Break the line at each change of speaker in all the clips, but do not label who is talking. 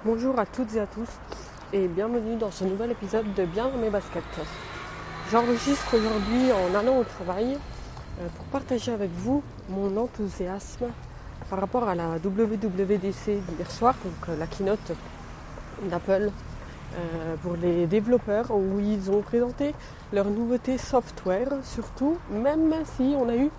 Bonjour à toutes et à tous et bienvenue dans ce nouvel épisode de Bien dans mes baskets. J'enregistre aujourd'hui en allant au travail pour partager avec vous mon enthousiasme par rapport à la WWDC d'hier soir, donc la keynote d'Apple pour les développeurs où ils ont présenté leur nouveauté software surtout, même si on a eu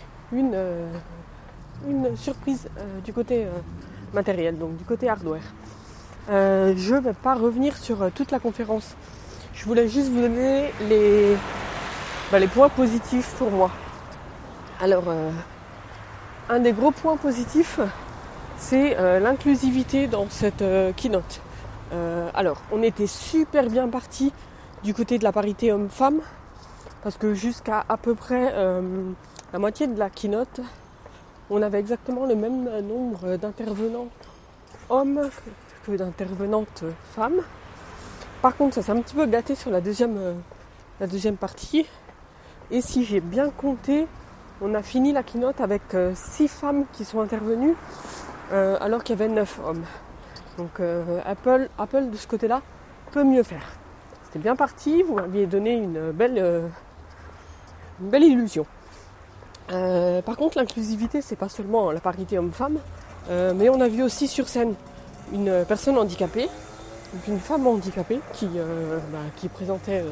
une surprise du côté matériel, donc du côté hardware. Je ne vais pas revenir sur toute la conférence. Je voulais juste vous donner les points positifs pour moi. Alors, un des gros points positifs, c'est l'inclusivité dans cette keynote. Alors, on était super bien parti du côté de la parité homme-femme, parce que jusqu'à à peu près la moitié de la keynote, on avait exactement le même nombre d'intervenants hommes que d'intervenantes femmes. Par contre, ça s'est un petit peu gâté sur la deuxième partie. Et si j'ai bien compté, on a fini la keynote avec 6 femmes qui sont intervenues, alors qu'il y avait 9 hommes. Donc Apple de ce côté-là peut mieux faire. C'était bien parti, vous m'aviez donné une belle illusion. Par contre, l'inclusivité, c'est pas seulement la parité homme-femme, mais on a vu aussi sur scène une personne handicapée, une femme handicapée qui présentait,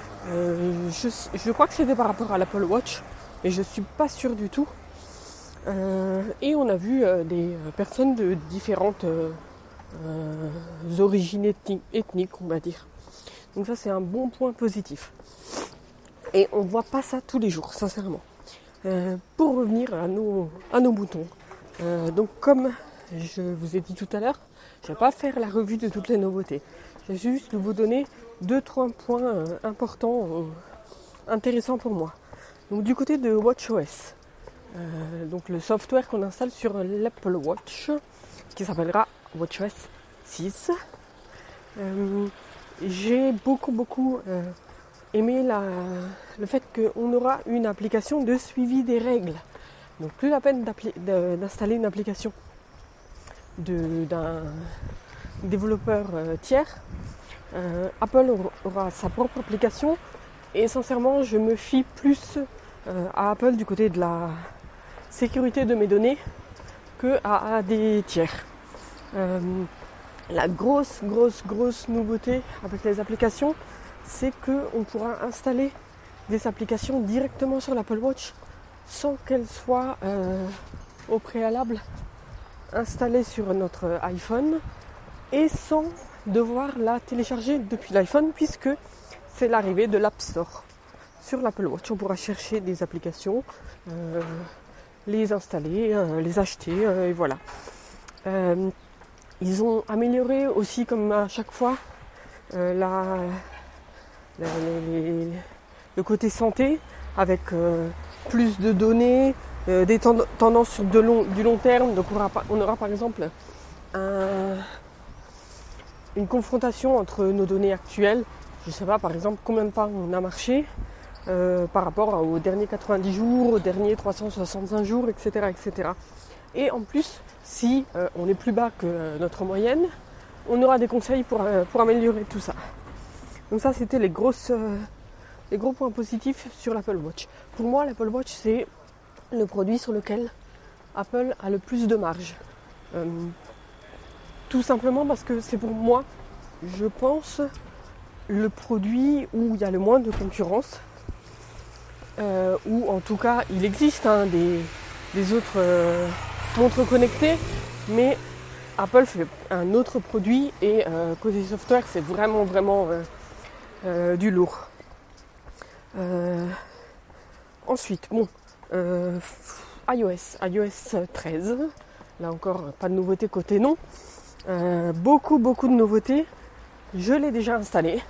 je crois que c'était par rapport à l'Apple Watch, mais je suis pas sûre du tout. Et on a vu des personnes de différentes origines ethniques, on va dire. Donc ça, c'est un bon point positif. Et on voit pas ça tous les jours, sincèrement. Pour revenir à nos boutons. Donc comme je vous ai dit tout à l'heure, je ne vais pas faire la revue de toutes les nouveautés. Je vais juste vous donner 2-3 points importants, intéressants pour moi. Donc du côté de WatchOS, donc le software qu'on installe sur l'Apple Watch, qui s'appellera WatchOS 6. J'ai beaucoup aimé le fait qu'on aura une application de suivi des règles. Donc plus la peine d'installer une application d'un développeur tiers. Apple aura sa propre application et sincèrement je me fie plus à Apple du côté de la sécurité de mes données que à des tiers. La grosse nouveauté avec les applications, c'est qu'on pourra installer des applications directement sur l'Apple Watch sans qu'elles soient au préalable installée sur notre iPhone et sans devoir la télécharger depuis l'iPhone puisque c'est l'arrivée de l'App Store. Sur l'Apple Watch, on pourra chercher des applications, les installer, les acheter et voilà. Ils ont amélioré aussi comme à chaque fois le côté santé avec plus de données, des tendances sur du long terme. Donc on aura par exemple une confrontation entre nos données actuelles. Je ne sais pas par exemple combien de pas on a marché par rapport aux derniers 90 jours, aux derniers 365 jours, etc. Et en plus, si on est plus bas que notre moyenne, on aura des conseils pour améliorer tout ça. Donc ça, c'était les gros points positifs sur l'Apple Watch. Pour moi, l'Apple Watch, c'est le produit sur lequel Apple a le plus de marge. Tout simplement parce que c'est pour moi, je pense, le produit où il y a le moins de concurrence. Où en tout cas, il existe des autres montres connectées, mais Apple fait un autre produit et côté software, c'est vraiment du lourd. Ensuite, iOS 13, là encore pas de nouveauté côté nom, beaucoup de nouveautés. Je l'ai déjà installé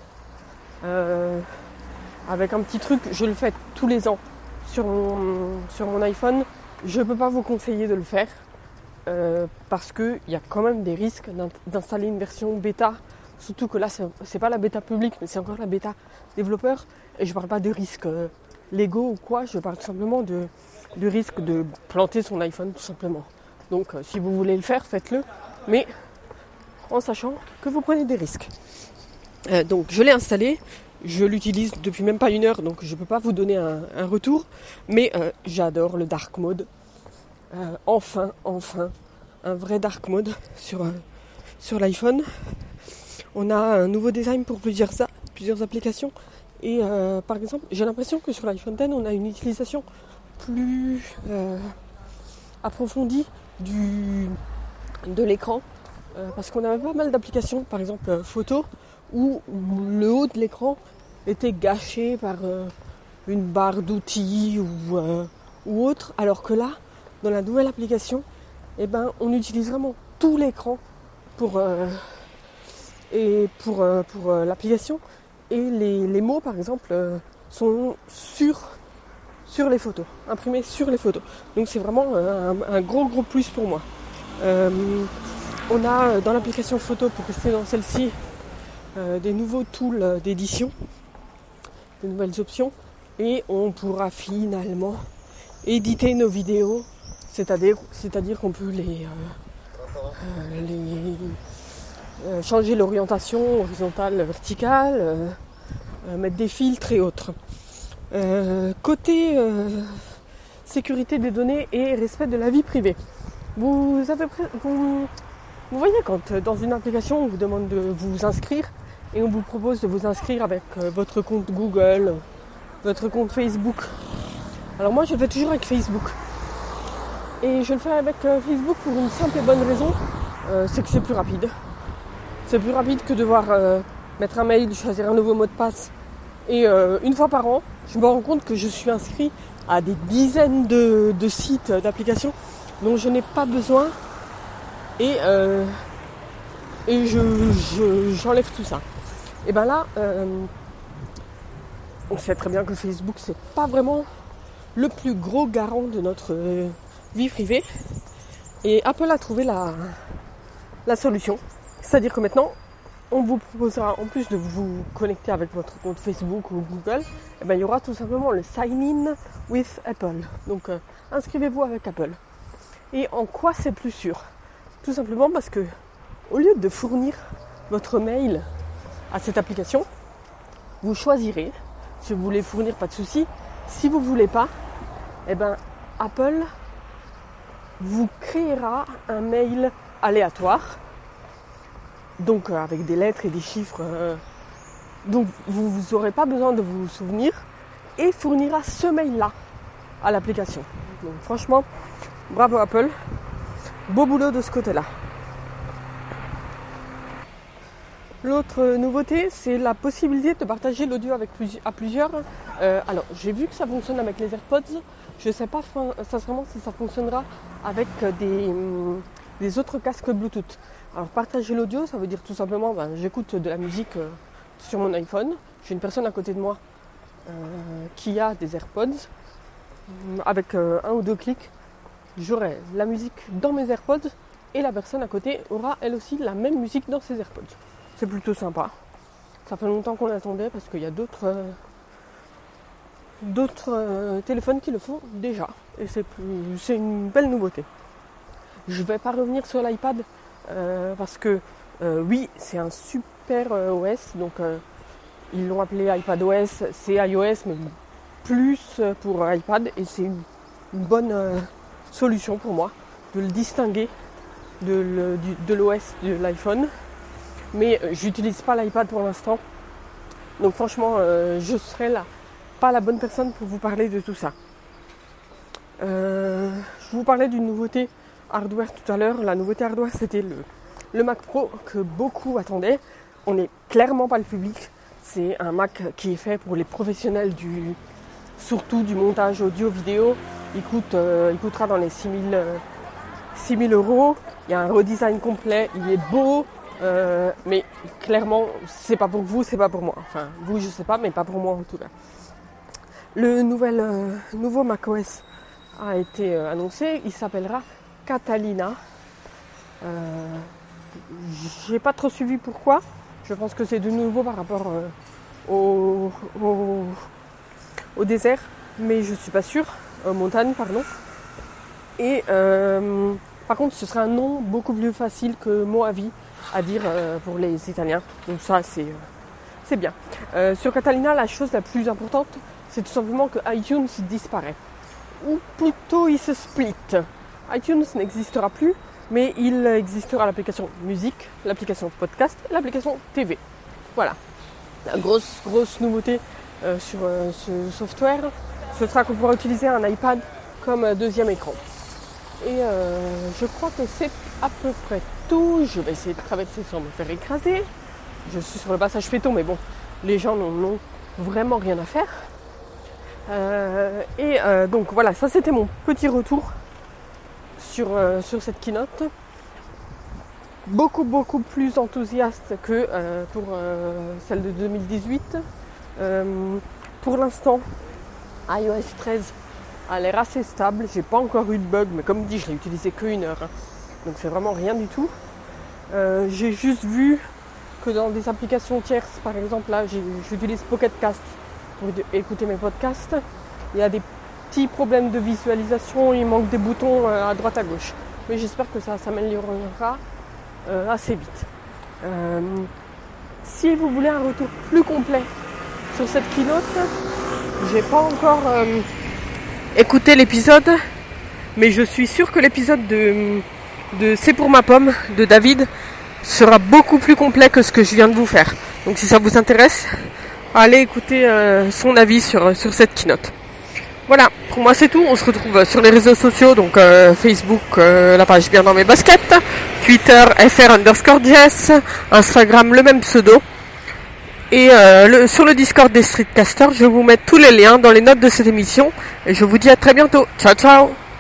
avec un petit truc, je le fais tous les ans sur mon iPhone. Je ne peux pas vous conseiller de le faire parce qu'il y a quand même des risques d'installer une version bêta, surtout que là c'est pas la bêta publique mais c'est encore la bêta développeur et je parle pas de risques légaux ou quoi, je parle tout simplement de risque de planter son iPhone tout simplement. Donc si vous voulez le faire, faites-le, mais en sachant que vous prenez des risques. Donc je l'ai installé, je l'utilise depuis même pas 1 heure, donc je ne peux pas vous donner un retour, mais j'adore le dark mode. Enfin, un vrai dark mode sur l'iPhone. On a un nouveau design pour plusieurs applications. Et par exemple, j'ai l'impression que sur l'iPhone X, on a une utilisation plus approfondie de l'écran. Parce qu'on avait pas mal d'applications, par exemple photo, où le haut de l'écran était gâché par une barre d'outils ou autre. Alors que là, dans la nouvelle application, on utilise vraiment tout l'écran pour l'application. Et les mots, par exemple, sont sur les photos, imprimés sur les photos. Donc c'est vraiment un gros plus pour moi. On a dans l'application photo, pour rester dans celle-ci, des nouveaux tools d'édition, des nouvelles options. Et on pourra finalement éditer nos vidéos, c'est-à-dire qu'on peut changer l'orientation horizontale, verticale, mettre des filtres et autres. Côté sécurité des données et respect de la vie privée. Vous voyez quand dans une application on vous demande de vous inscrire et on vous propose de vous inscrire avec votre compte Google, votre compte Facebook. Alors moi je le fais toujours avec Facebook. Et je le fais avec Facebook pour une simple et bonne raison, c'est que c'est plus rapide. C'est plus rapide que devoir mettre un mail, choisir un nouveau mot de passe. Et une fois par an, je me rends compte que je suis inscrit à des dizaines de sites, d'applications dont je n'ai pas besoin. Et j'enlève tout ça. Et ben là, on sait très bien que Facebook, c'est pas vraiment le plus gros garant de notre vie privée. Et Apple a trouvé la solution. C'est-à-dire que maintenant, on vous proposera, en plus de vous connecter avec votre compte Facebook ou Google, il y aura tout simplement le Sign In with Apple. Donc, inscrivez-vous avec Apple. Et en quoi c'est plus sûr ? Tout simplement parce que, au lieu de fournir votre mail à cette application, vous choisirez. Si vous voulez fournir, pas de souci. Si vous ne voulez pas, Apple vous créera un mail aléatoire. Donc avec des lettres et des chiffres. Donc vous n'aurez pas besoin de vous souvenir. Et fournira ce mail-là à l'application. Donc franchement, bravo Apple. Beau boulot de ce côté-là. L'autre nouveauté, c'est la possibilité de partager l'audio à plusieurs. Alors, j'ai vu que ça fonctionne avec les AirPods. Je ne sais pas sincèrement si ça fonctionnera avec des autres casques Bluetooth. Alors, partager l'audio, ça veut dire tout simplement, j'écoute de la musique sur mon iPhone. J'ai une personne à côté de moi qui a des AirPods. Avec 1 ou 2 clics, j'aurai la musique dans mes AirPods et la personne à côté aura elle aussi la même musique dans ses AirPods. C'est plutôt sympa. Ça fait longtemps qu'on l'attendait parce qu'il y a d'autres téléphones qui le font déjà. Et c'est une belle nouveauté. Je ne vais pas revenir sur l'iPad parce que oui, c'est un super OS. Donc ils l'ont appelé iPadOS, c'est iOS, mais plus pour iPad. Et c'est une bonne solution pour moi de le distinguer de l'OS de l'iPhone. Mais j'utilise pas l'iPad pour l'instant. Donc franchement, je serai pas la bonne personne pour vous parler de tout ça. Je vous parlais d'une nouveauté hardware tout à l'heure. La nouveauté hardware, c'était le Mac Pro que beaucoup attendaient. On n'est clairement pas le public. C'est un Mac qui est fait pour les professionnels surtout du montage audio-vidéo. Il coûtera dans les 6 000 euros. Il y a un redesign complet. Il est beau. Mais clairement, c'est pas pour vous, c'est pas pour moi. Enfin, vous, je sais pas, mais pas pour moi en tout cas. Le nouveau macOS a été annoncé. Il s'appellera Catalina. J'ai pas trop suivi pourquoi. Je pense que c'est de nouveau par rapport au désert, mais je suis pas sûre. Montagne, pardon. Et Par contre, ce serait un nom beaucoup plus facile que Moavi à dire pour les Italiens. Donc ça, c'est bien. Sur Catalina, la chose la plus importante, c'est tout simplement que iTunes disparaît. Ou plutôt, il se split. iTunes n'existera plus, mais il existera l'application musique, l'application podcast et l'application TV. Voilà. La grosse nouveauté sur ce software, ce sera qu'on pourra utiliser un iPad comme deuxième écran. Et je crois que c'est à peu près tout. Je vais essayer de traverser sans me faire écraser. Je suis sur le passage péton, mais bon, les gens n'en ont vraiment rien à faire. Donc voilà, ça c'était mon petit retour sur cette keynote. Beaucoup plus enthousiaste que pour celle de 2018. Pour l'instant, iOS 13 a l'air assez stable. J'ai pas encore eu de bug, mais comme dit, je l'ai utilisé que1 heure. Donc c'est vraiment rien du tout. J'ai juste vu que dans des applications tierces, par exemple là, j'utilise Pocket Cast pour écouter mes podcasts. Il y a des petits problèmes de visualisation, il manque des boutons à droite à gauche. Mais j'espère que ça s'améliorera assez vite. Si vous voulez un retour plus complet sur cette keynote, j'ai pas encore écouté l'épisode, mais je suis sûre que l'épisode de C'est pour ma pomme de David sera beaucoup plus complet que ce que je viens de vous faire. Donc si ça vous intéresse, allez écouter son avis sur cette keynote. Voilà, pour moi c'est tout. On se retrouve sur les réseaux sociaux, donc Facebook, la page Bien dans mes baskets, Twitter FR_Jess, Instagram le même pseudo. Et sur le Discord des Streetcasters, je vais vous mettre tous les liens dans les notes de cette émission. Et je vous dis à très bientôt. Ciao ciao.